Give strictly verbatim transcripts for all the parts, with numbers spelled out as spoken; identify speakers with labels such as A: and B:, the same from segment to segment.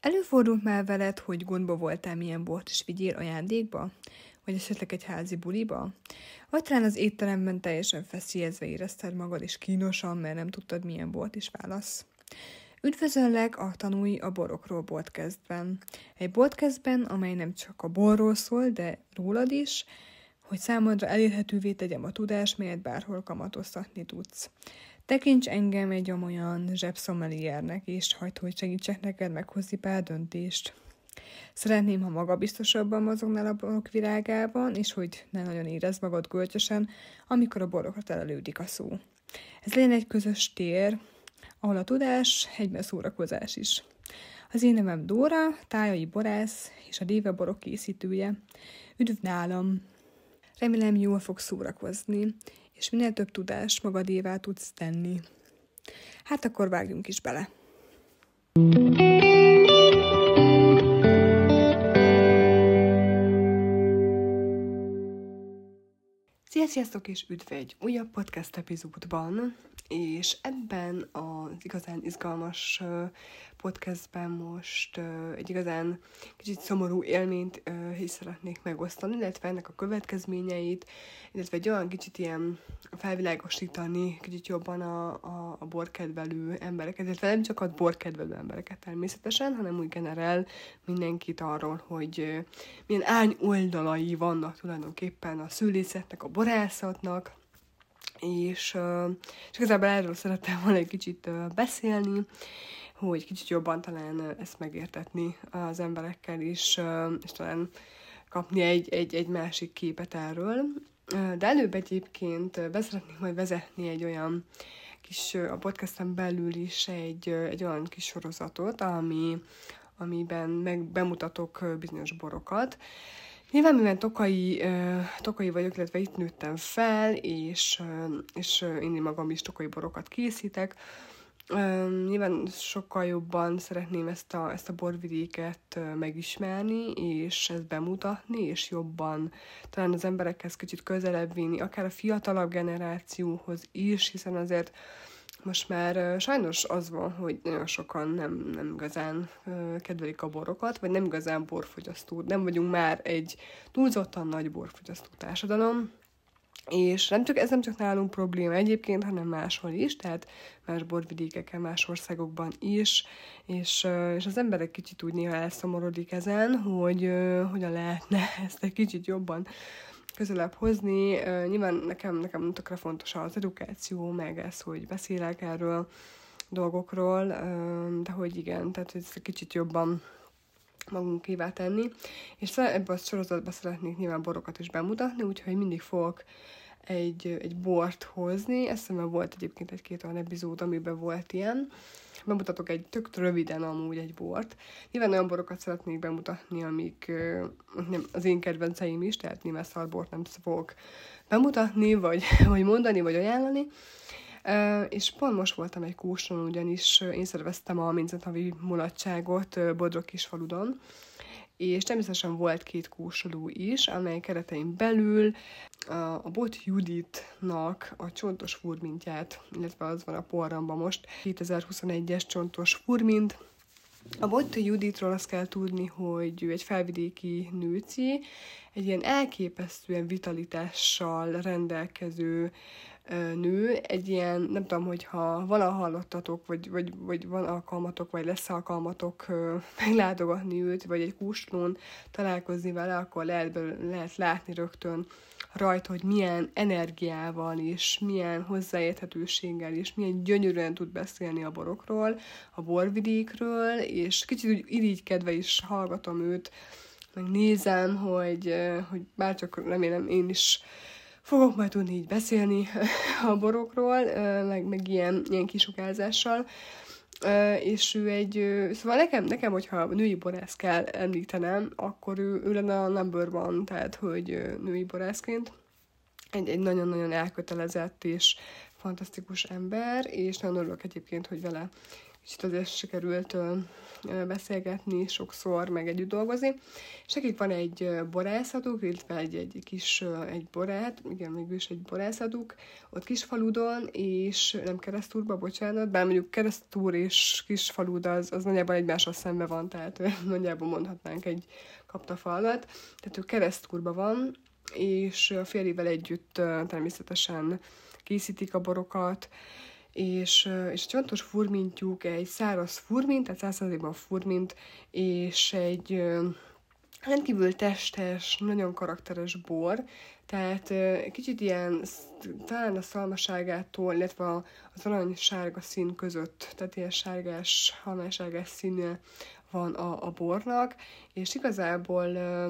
A: Előfordult már veled, hogy gondba voltál, milyen bort is vigyél ajándékba? Vagy esetleg egy házi buliba? Vagy talán az étteremben teljesen feszélyezve érezted magad, és kínosan, mert nem tudtad, milyen bort is válasz? Üdvözöllek a Tanulj a borokról podcastben. Egy podcastben, amely nem csak a borról szól, de rólad is, hogy számodra elérhetővé tegyem a tudást, melyet bárhol kamatoztatni tudsz. Tekints engem egy olyan zsebszommeliernek, és hagyd, hogy segítsek neked meghozni pár döntést. Szeretném, ha magabiztosabban mozognál a borok világában, és hogy ne nagyon érezd magad gölcsösen, amikor a borokra telelődik a szó. Ez legyen egy közös tér, ahol a tudás egyben szórakozás is. Az én nevem Dóra, tájai borász és a Déve borok készítője. Üdv nálam! Remélem, jól fogsz szórakozni, és minél több tudást magadévá tudsz tenni. Hát akkor vágjunk is bele! Szia, sziasztok, és üdv egy újabb podcast epizódban, és ebben az igazán izgalmas podcastben most egy igazán kicsit szomorú élményt is szeretnék megosztani, illetve ennek a következményeit, illetve egy olyan kicsit ilyen felvilágosítani kicsit jobban a, a, a borkedvelő embereket, illetve nem csak a borkedvelő embereket természetesen, hanem úgy generál mindenkit arról, hogy milyen árnyoldalai vannak tulajdonképpen a szőlészetnek, a borászatnak, és, és igazából erről szerettem volna egy kicsit beszélni, hogy kicsit jobban talán ezt megértetni az emberekkel is, és talán kapni egy, egy, egy másik képet erről. De előbb egyébként beszeretnék majd vezetni egy olyan kis, a podcasten belül is egy, egy olyan kis sorozatot, ami, amiben meg bemutatok bizonyos borokat. Nyilván, mivel tokai, tokai vagyok, illetve itt nőttem fel, és, és én magam is tokai borokat készítek, nyilván sokkal jobban szeretném ezt a, ezt a borvidéket megismerni, és ezt bemutatni, és jobban talán az emberekhez kicsit közelebb vinni, akár a fiatalabb generációhoz is, hiszen azért most már sajnos az van, hogy nagyon sokan nem, nem igazán kedvelik a borokat, vagy nem igazán borfogyasztó. Nem vagyunk már egy túlzottan nagy borfogyasztó társadalom, és nem csak, ez nem csak nálunk probléma egyébként, hanem máshol is, tehát más borvidékeken, más országokban is, és, és az emberek kicsit úgy néha elszomorodik ezen, hogy hogyan lehetne ezt egy kicsit jobban közelebb hozni. Uh, nyilván nekem, nekem tökre fontos az edukáció, meg ez, hogy beszélek erről dolgokról, uh, de hogy igen, tehát hogy ezt kicsit jobban magunkévá tenni. És ebben a sorozatban szeretnék nyilván borokat is bemutatni, úgyhogy mindig fogok egy, egy bort hozni. Eszemben volt egyébként egy-két olyan epizód, amiben volt ilyen. Bemutatok egy tök röviden amúgy egy bort. Nyilván olyan borokat szeretnék bemutatni, amik nem, az én kedvenceim is, tehát nyilván szarbort nem fogok bemutatni, vagy, vagy mondani, vagy ajánlani. Uh, és pont most voltam egy kóstolón, ugyanis én szerveztem a Mincenthavi mulatságot Bodrog-Kisfaludon, és természetesen volt két kóstoló is, amely keretein belül a, a Bot Juditnak a csontos furmintját, illetve az van a porramban most, kétezer-huszonegyes csontos furmint. A Bot Juditról azt kell tudni, hogy ő egy felvidéki nőci, egy ilyen elképesztően vitalitással rendelkező nő, egy ilyen, nem tudom, hogyha valaha hallottatok, vagy, vagy, vagy van alkalmatok, vagy lesz alkalmatok meglátogatni őt, vagy egy kóstolón találkozni vele, akkor lehet, lehet látni rögtön rajta, hogy milyen energiával és milyen hozzáérthetőséggel és milyen gyönyörűen tud beszélni a borokról, a borvidékről, és kicsit úgy irigykedve is hallgatom őt, meg nézem, hogy, hogy bárcsak remélem én is fogok majd tudni így beszélni a borokról, meg, meg ilyen, ilyen kisugázással, és ő egy, szóval nekem, nekem, hogyha női borász kell említenem, akkor ő, ő lenne a number one, tehát, hogy női borászként egy, egy nagyon-nagyon elkötelezett és fantasztikus ember, és nagyon örülök egyébként, hogy vele kicsit azért sikerült beszélgetni sokszor, meg együtt dolgozni. És nekik van egy borászatuk, illetve egy, egy kis egy borát, igen, mégis egy borászatuk, ott Kisfaludon, és nem Keresztúrban, bocsánat, bár mondjuk Keresztúr és Kisfalud az, az nagyjából egymással szembe van, tehát nagyjából mondhatnánk egy kaptafalvat. Tehát ő Keresztúrban van, és a férjével együtt természetesen készítik a borokat, és, és egy fontos furmintjuk, egy száraz furmint, tehát száz százalékban furmint, és egy rendkívül testes, nagyon karakteres bor, tehát kicsit ilyen, talán a szalmaságától, illetve az arany-sárga szín között, tehát ilyen sárgás, halmánysárgás színe van a, a bornak, és igazából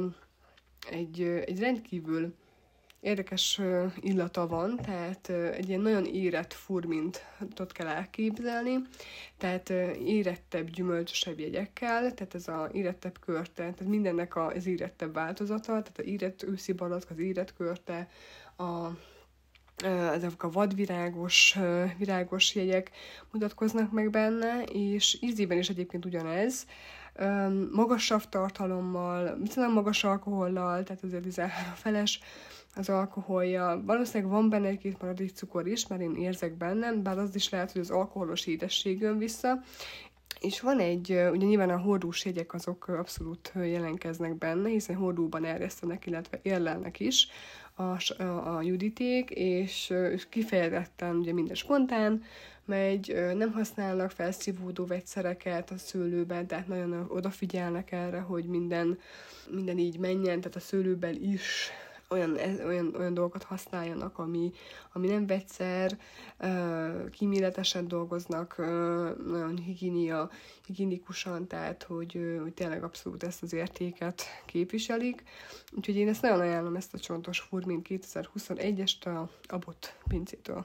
A: egy, egy rendkívül érdekes illata van, tehát egy ilyen nagyon érett furmintot kell elképzelni, tehát érettebb, gyümölcsösebb jegyekkel, tehát ez az érettebb körte, tehát mindennek az érettebb változata, tehát az érett őszi barack, az érett körte, a, ezek a vadvirágos virágos jegyek mutatkoznak meg benne, és ízében is egyébként ugyanez, magas savtartalommal, viszonylag magas alkohollal, tehát azért tizenhárom feles az alkoholja. Valószínűleg van benne egy-két maradék cukor is, mert én érzek bennem, bár az is lehet, hogy az alkoholos édesség jön vissza. És van egy, ugye nyilván a hordós jegyek azok abszolút jelenkeznek benne, hiszen hordóban erjesztenek, illetve érlelnek is a, a, a juditék, és kifejezetten ugye minden spontán megy, nem használnak felszívódó vegyszereket a szőlőben, tehát nagyon odafigyelnek erre, hogy minden, minden így menjen, tehát a szőlőben is olyan, olyan, olyan dolgokat használjanak, ami, ami nem vegyszer, kíméletesen dolgoznak, nagyon higiénia, higiénikusan, tehát hogy, hogy tényleg abszolút ezt az értéket képviselik. Úgyhogy én ezt nagyon ajánlom, ezt a csontos furmint kétezer-huszonegyest a Abbott pincétől.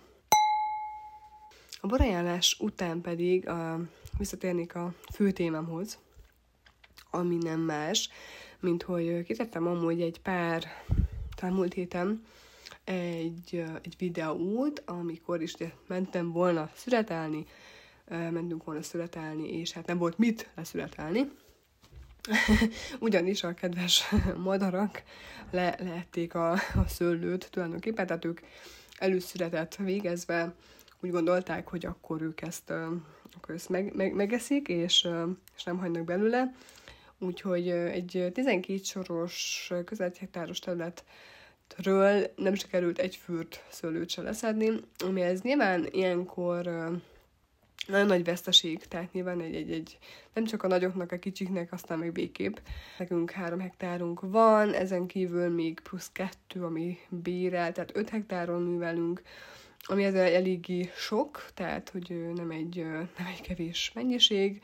A: A borajánlás után pedig a, visszatérnék a fő témámhoz, ami nem más, mint hogy kitettem amúgy egy pár, talán múlt héten egy, egy videót, amikor is mentem volna születelni, mentünk volna születelni, és hát nem volt mit leszületelni. Ugyanis a kedves madarak le, leették a, a szőlőt tulajdonképpen, tehát ők előszületett végezve úgy gondolták, hogy akkor ők ezt, akkor ezt meg, meg, megeszik, és, és nem hagynak belőle. Úgyhogy egy tizenkét soros, közel egy hektáros területről nem sikerült egy fürt szőlőt se leszedni, ami ez nyilván ilyenkor nagyon nagy veszteség, tehát nyilván egy, egy, egy, nem csak a nagyoknak, a kicsiknek, aztán meg végképp. Nekünk három hektárunk van, ezen kívül még plusz kettő, ami bérel, tehát öt hektáron művelünk, ami ezzel eléggé sok, tehát hogy nem egy, nem egy kevés mennyiség,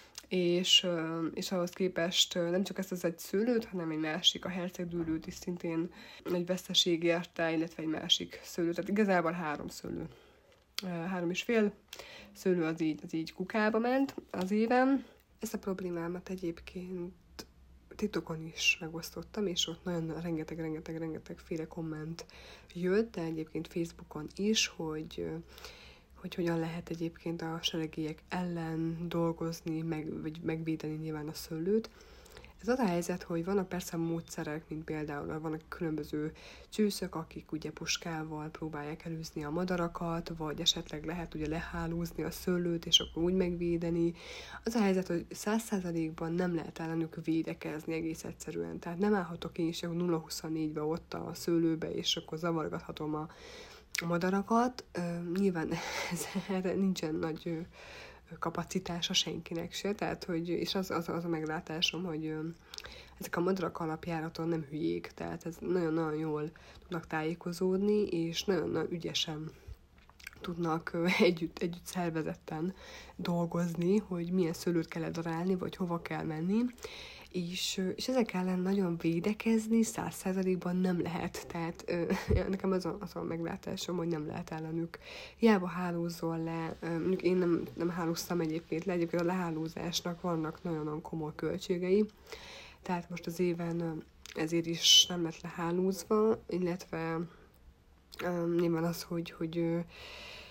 A: és, és ahhoz képest nem csak ezt az egy szőlőt, hanem egy másik, a hercegdűlőt is szintén egy veszteség érte, illetve egy másik szőlő, tehát igazából három szőlő. Három és fél szőlő az így, az így kukába ment az éven. Ezt a problémámat egyébként titokon is megosztottam, és ott nagyon rengeteg-rengeteg-rengeteg féle komment jött, de egyébként Facebookon is, hogy, hogy hogyan lehet egyébként a seregélyek ellen dolgozni, meg, vagy megvédeni nyilván a szőlőt. Ez az a helyzet, hogy vannak persze módszerek, mint például vannak különböző csőszök, akik ugye puskával próbálják elűzni a madarakat, vagy esetleg lehet ugye lehálózni a szőlőt, és akkor úgy megvédeni. Az a helyzet, hogy száz százalékban nem lehet ellenük védekezni egész egyszerűen. Tehát nem állhatok én is nulla huszonnégybe ott a szőlőbe, és akkor zavargathatom a, a madarakat. Uh, nyilván ez, erre nincsen nagy uh, kapacitása senkinek se, tehát hogy, és az, az, az a meglátásom, hogy ö, ezek a madarak alapjáraton nem hülyék, tehát ez nagyon-nagyon jól tudnak tájékozódni, és nagyon-nagyon ügyesen tudnak ö, együtt, együtt szervezetten dolgozni, hogy milyen szőlőt kell darálni, vagy hova kell menni, és, és ezek ellen nagyon védekezni száz százalékban nem lehet, tehát ö, nekem az a, az a meglátásom, hogy nem lehet ellenük. Hiába hálózzol le, ö, mondjuk én nem, nem hálóztam egyébként le, egyébként a lehálózásnak vannak nagyon-nagyon komoly költségei, tehát most az éven ezért is nem lett lehálózva, illetve ö, nyilván az, hogy, hogy ö,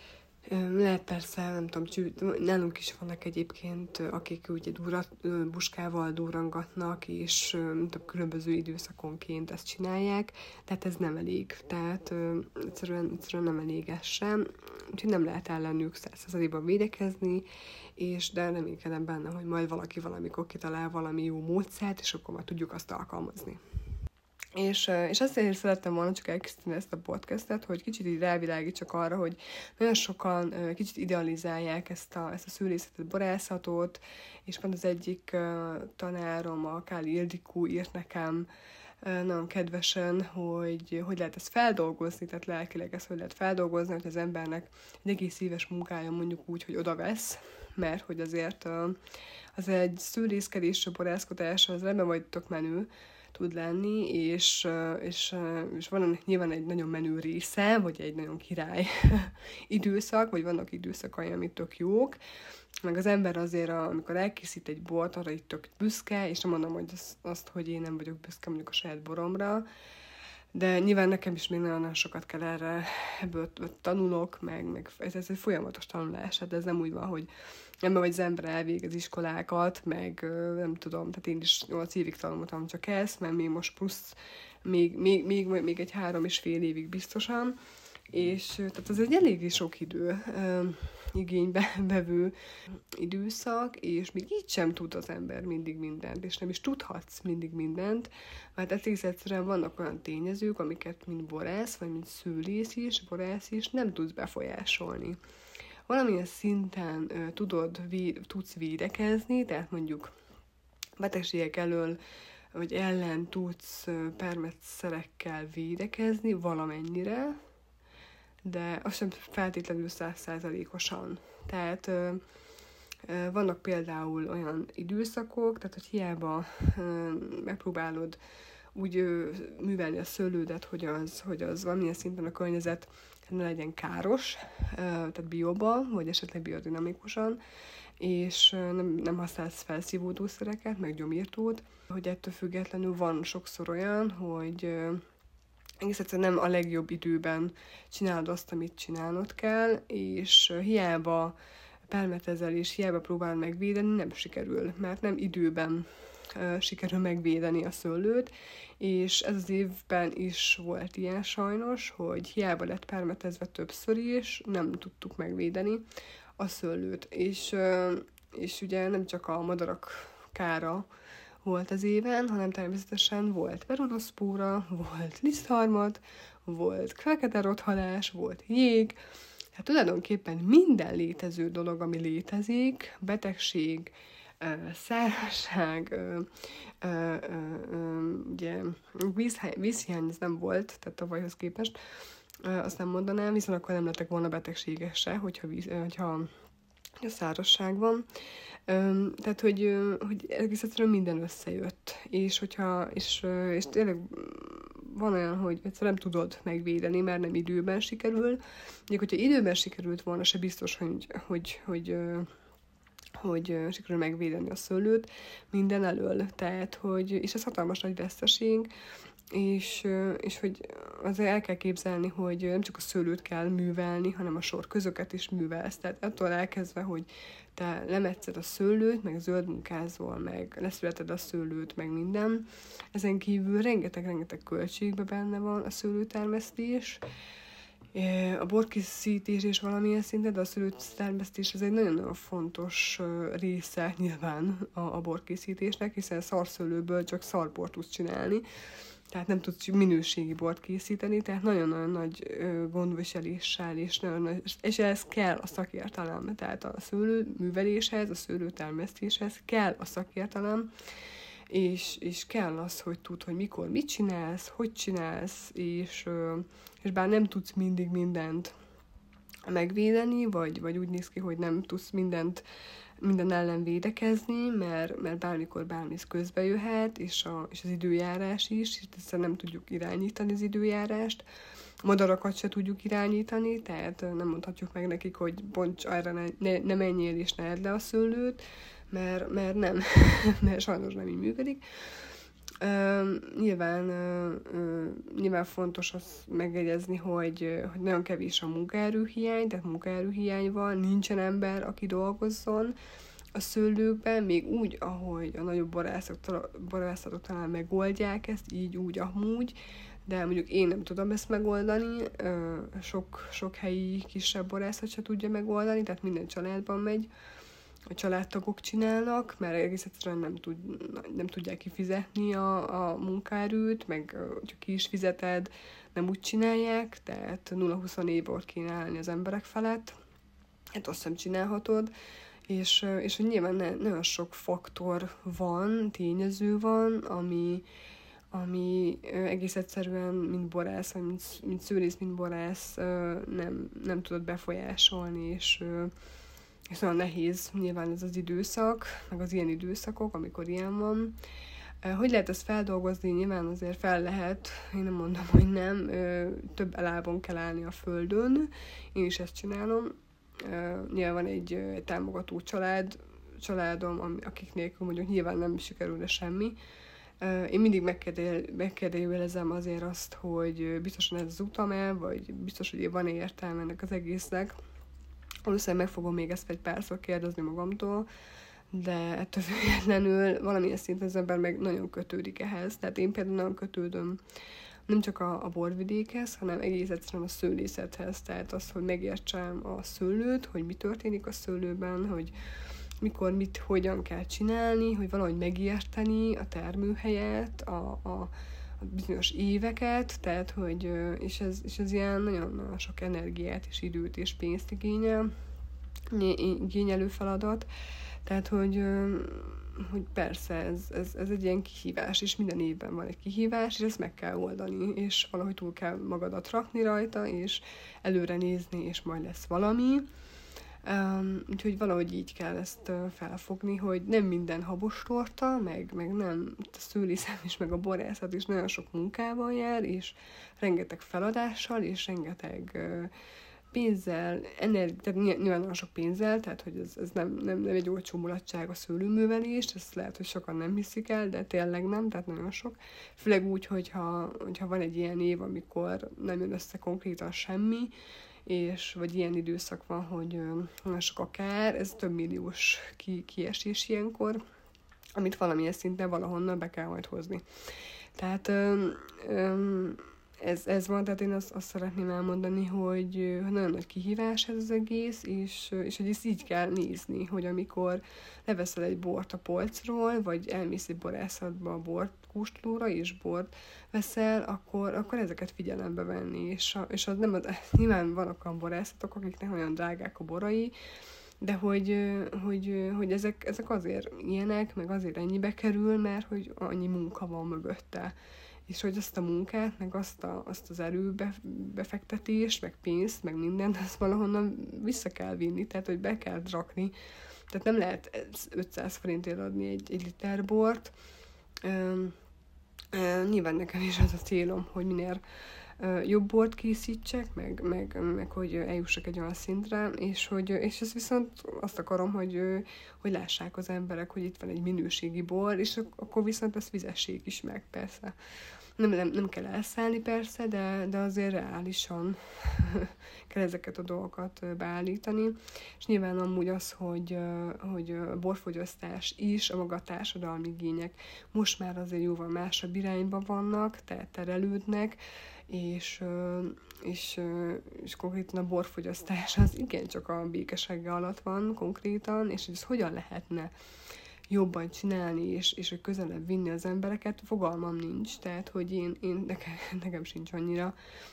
A: Lehet persze, nem tudom, nálunk is vannak egyébként, akik ugye dura, buskával durrangatnak, és nem tudom, különböző időszakonként ezt csinálják, tehát ez nem elég, tehát egyszerűen, egyszerűen nem elég ez sem, úgyhogy nem lehet ellenük száz százalékban védekezni, és de reménykedem benne, hogy majd valaki valamikor kitalál valami jó módszert, és akkor már tudjuk azt alkalmazni. És, és azért szerettem volna csak elkészíteni ezt a podcastet, hogy kicsit így rávilágítsak arra, hogy nagyon sokan kicsit idealizálják ezt a, ezt a szőlészetet, borászatot, és pont az egyik tanárom, a Káli Ildikó írt nekem nagyon kedvesen, hogy hogy lehet ezt feldolgozni, tehát lelkileg ezt hogy lehet feldolgozni, hogy az embernek egy egész éves munkája mondjuk úgy, hogy odavesz, mert hogy azért az egy szőlészkedés, a borászkodás, az rendben vagy tök menő tud lenni, és, és, és van nyilván egy nagyon menő része, vagy egy nagyon király időszak, vagy vannak időszakai, amik tök jók, meg az ember azért, amikor elkészít egy bort, arra itt tök büszke, és nem mondom hogy azt, azt, hogy én nem vagyok büszke mondjuk a saját boromra, de nyilván nekem is még nagyon sokat kell erre, ebből tanulok, meg, meg ez, ez egy folyamatos tanulás, hát ez nem úgy van, hogy nem vagy az ember elvégez iskolákat, meg nem tudom, tehát én is nyolc évig tanultam csak ezt, mert még most plusz, még, még, még, még egy három és fél évig biztosan, és tehát ez egy eléggé sok idő uh, igénybe vevő időszak, és még így sem tud az ember mindig mindent, és nem is tudhatsz mindig mindent, mert egész egyszerűen vannak olyan tényezők, amiket mint borász, vagy mint szőlész is, borász is nem tudsz befolyásolni. Valamilyen szinten uh, tudod, vé- tudsz védekezni, tehát mondjuk betegségek elől, vagy ellen tudsz uh, permetszerekkel védekezni valamennyire, de az sem feltétlenül száz százalékosan. Tehát ö, ö, vannak például olyan időszakok, tehát hogy hiába ö, megpróbálod úgy ö, művelni a szőlődet, hogy az, hogy az valamilyen szinten a környezet ne legyen káros, ö, tehát bióba, vagy esetleg biodinamikusan, és ö, nem, nem használsz felszívódószereket, meg gyomírtót, hogy ettől függetlenül van sokszor olyan, hogy ö, egész egyszerűen nem a legjobb időben csinálod azt, amit csinálnod kell, és hiába permetezel és hiába próbál megvédeni, nem sikerül, mert nem időben uh, sikerül megvédeni a szőlőt, és ez az évben is volt ilyen sajnos, hogy hiába lett permetezve többször is, nem tudtuk megvédeni a szőlőt, és, uh, és ugye nem csak a madarak kára volt az éven, hanem természetesen volt veruloszpóra, volt lisztharmad, volt fekete rothalás, volt jég, tehát tulajdonképpen minden létező dolog, ami létezik, betegség, szárazság, ugye vízhiány ez nem volt, tehát tavalyhoz képest, azt nem mondanám, hiszen akkor nem lettek volna betegségek se, hogyha, víz, hogyha a szárazság van. Öm, tehát, hogy, hogy egész egyszerűen minden összejött, és hogyha, és, és tényleg van olyan, hogy egyszerűen nem tudod megvédeni, mert nem időben sikerül. Még hogyha időben sikerült volna, se biztos, hogy, hogy, hogy, hogy, hogy sikerül megvédeni a szőlőt minden elől. Tehát, hogy, és ez hatalmas nagy veszteség, és, és hogy azért el kell képzelni, hogy nem csak a szőlőt kell művelni, hanem a sorközöket is művelsz. Tehát attól elkezdve, hogy te lemetszed a szőlőt, meg zöld munkázol, meg leszületed a szőlőt, meg minden. Ezen kívül rengeteg-rengeteg költségbe benne van a szőlőtermesztés, a borkészítés és valamilyen szinten, de a szőlőtermesztés ez egy nagyon-nagyon fontos része nyilván a, a borkészítésnek, hiszen szarszőlőből csak szarbort tudsz csinálni, tehát nem tudsz minőségi bort készíteni, tehát nagyon-nagyon nagy gondviseléssel, és, nagyon nagy, és ehhez kell a szakértelem, tehát a szőlő műveléshez, a szőlőtermesztéshez kell a szakértelem, és, és kell az, hogy tudd, hogy mikor mit csinálsz, hogy csinálsz, és, és bár nem tudsz mindig mindent megvédeni, vagy, vagy úgy néz ki, hogy nem tudsz mindent minden ellen védekezni, mert, mert bármikor bármi közbe jöhet, és, a, és az időjárás is, és egyszerűen nem tudjuk irányítani az időjárást. A madarakat se tudjuk irányítani, tehát nem mondhatjuk meg nekik, hogy bonts arra ne, ne, ne menjél és ne edd le a szőlőt, mert, mert nem, mert sajnos nem így működik. Uh, nyilván, uh, uh, nyilván fontos azt megjegyezni, hogy, uh, hogy nagyon kevés a munkaerőhiány, tehát munkaerőhiány van, nincsen ember, aki dolgozzon a szőlőkben, még úgy, ahogy a nagyobb borászatok, borászatok talán megoldják ezt, így, úgy, amúgy, de mondjuk én nem tudom ezt megoldani, uh, sok, sok helyi kisebb borászat se tudja megoldani, tehát minden családban megy, a családtagok csinálnak, mert egész egyszerűen nem, tud, nem tudják kifizetni a, a munkaerőt, meg csak ki is fizeted, nem úgy csinálják, tehát nulla húsz évort kéne állni az emberek felett, hát azt sem csinálhatod, és, és hogy nyilván ne, nagyon sok faktor van, tényező van, ami, ami egész egyszerűen, mint borász, vagy mint, mint szőlész, mint borász nem, nem tudod befolyásolni, és és nagyon nehéz nyilván ez az időszak, meg az ilyen időszakok, amikor ilyen van. Hogy lehet ezt feldolgozni? Nyilván azért fel lehet, én nem mondom, hogy nem, több elábon kell állni a földön, én is ezt csinálom. Nyilván van egy, egy támogató család, családom, akik nélkül mondjuk nyilván nem sikerülne semmi. Én mindig megkérdőjelezem azért azt, hogy biztosan ez az utam-e, vagy biztos, hogy van értelme ennek az egésznek. Valószínűleg meg fogom még ezt egy párszor kérdezni magamtól, de ettől függetlenül valamilyen szinten az ember meg nagyon kötődik ehhez. Tehát én például nagyon kötődöm nem csak a, a borvidékhez, hanem egész egyszerűen a szőlészethez. Tehát az, hogy megértsem a szőlőt, hogy mi történik a szőlőben, hogy mikor, mit, hogyan kell csinálni, hogy valahogy megérteni a termőhelyet, a, a, a bizonyos éveket, tehát, hogy, és ez, és ez ilyen nagyon sok energiát, és időt, és pénzt igényel, igényelő feladat, tehát, hogy, hogy persze, ez, ez, ez egy ilyen kihívás, és minden évben van egy kihívás, és ezt meg kell oldani, és valahogy túl kell magadat rakni rajta, és előre nézni, és majd lesz valami. Um, úgyhogy valahogy így kell ezt uh, felfogni, hogy nem minden habos torta, meg, meg nem a szőlészet is, meg a borászat is nagyon sok munkával jár, és rengeteg feladással, és rengeteg uh, pénzzel, energi- tehát nyilván nagyon sok pénzzel, tehát hogy ez, ez nem, nem, nem egy olcsó mulatság a szőlőművelés, ezt lehet, hogy sokan nem hiszik el, de tényleg nem, tehát nagyon sok. Főleg úgy, hogyha, hogyha van egy ilyen év, amikor nem jön össze konkrétan semmi, és vagy ilyen időszak van, hogy nagyon sok a kár, ez több milliós ki, kiesés ilyenkor, amit valamilyen szinten valahonnan be kell majd hozni. Tehát öm, öm, ez, ez van, tehát én azt, azt szeretném elmondani, hogy nagyon nagy kihívás ez az egész, és, és hogy ezt így kell nézni, hogy amikor leveszel egy bort a polcról, vagy elmész egy borászatba a bort kóstolóra, és bort veszel, akkor, akkor ezeket figyelembe venni, és, a, és az nem az, nyilván vannak olyan borászatok, akiknek olyan drágák a borai, de hogy, hogy, hogy ezek, ezek azért ilyenek, meg azért ennyibe kerül, mert hogy annyi munka van mögötte. És hogy azt a munkát, meg azt, a, azt az erőbefektetést, meg pénzt, meg mindent, azt valahonnan vissza kell vinni, tehát hogy be kell rakni. Tehát nem lehet ötszáz forintért adni egy, egy liter bort. Üm, üm, nyilván nekem is az a célom, hogy minél jobb bort készítsek, meg, meg, meg hogy eljussak egy olyan szintre, és, hogy, és ezt viszont azt akarom, hogy, hogy lássák az emberek, hogy itt van egy minőségi bor, és akkor viszont ezt fizessék is meg, persze. Nem, nem, nem kell elszállni persze, de, de azért reálisan kell ezeket a dolgokat beállítani. És nyilván amúgy az, hogy, hogy a borfogyasztás is, a maga társadalmi igények most már azért jóval másabb irányba vannak, tehát terelődnek, és, és, és konkrétan a borfogyasztás az igencsak a békesége alatt van konkrétan, és hogy ez hogyan lehetne jobban csinálni, és, és hogy közelebb vinni az embereket, fogalmam nincs, tehát hogy én, én nekem, nekem sincs annyira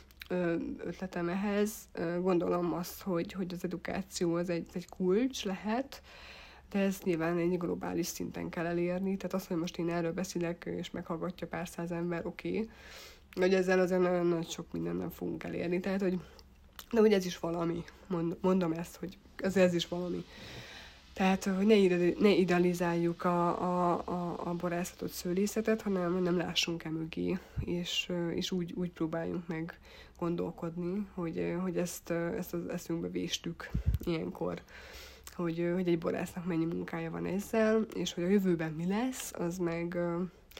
A: ötletem ehhez. Gondolom azt, hogy, hogy az edukáció az egy, egy kulcs lehet, de ez nyilván egy globális szinten kell elérni, tehát az, hogy most én erről beszélek, és meghallgatja pár száz ember, oké, okay. Hogy ezzel azért nagyon, nagyon sok mindent nem fogunk elérni, tehát hogy, de hogy ez is valami, Mond, mondom ezt, hogy ez, ez is valami. Tehát, hogy ne, ide, ne idealizáljuk a, a, a, a borászatot, szőlészetet, hanem nem lássunk el mögé, és, és úgy, úgy próbáljunk meg gondolkodni, hogy, hogy ezt, ezt az eszünkbe véstük ilyenkor, hogy, hogy egy borásznak mennyi munkája van ezzel, és hogy a jövőben mi lesz, az meg,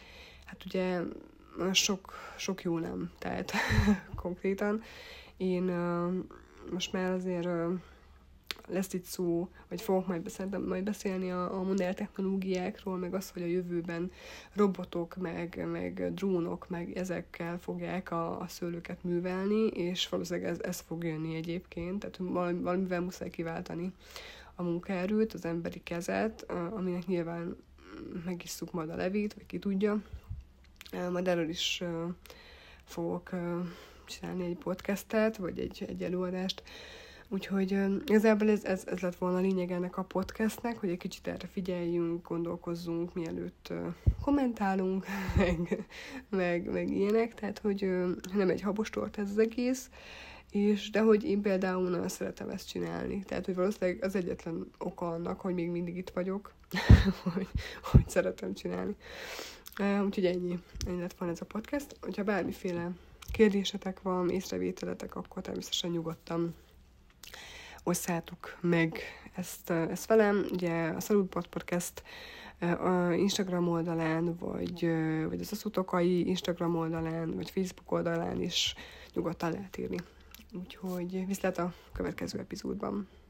A: hát ugye sok, sok jó nem, tehát konkrétan. Én uh, most már azért uh, lesz itt szó, vagy fogok majd, beszélni, majd beszélni a, a modern technológiákról, meg az, hogy a jövőben robotok, meg, meg drónok, meg ezekkel fogják a, a szőlőket művelni, és valószínűleg ez, ez fog jönni egyébként, tehát valamivel muszáj kiváltani a munkaerőt, az emberi kezet, aminek nyilván megisszuk majd a levét, vagy ki tudja. Majd erről is fogok csinálni egy podcastet, vagy egy, egy előadást. Úgyhogy igazából ez, ez, ez lett volna a lényeg ennek a podcastnek, hogy egy kicsit erre figyeljünk, gondolkozzunk, mielőtt kommentálunk, meg, meg, meg ilyenek, tehát hogy nem egy habostort ez az egész, és de hogy én például nagyon szeretem ezt csinálni. Tehát, hogy valószínűleg az egyetlen oka annak, hogy még mindig itt vagyok, hogy, hogy szeretem csinálni. Úgyhogy ennyi. Ennyi lett volna ez a podcast. Hogyha bármiféle kérdésetek van, észrevételetek, akkor természetesen nyugodtan osszátok meg ezt, ezt velem. Ugye a Salutpod Podcast a Instagram oldalán, vagy, vagy az Aszutokai Instagram oldalán, vagy Facebook oldalán is nyugodtan lehet írni. Úgyhogy viszlát a következő epizódban.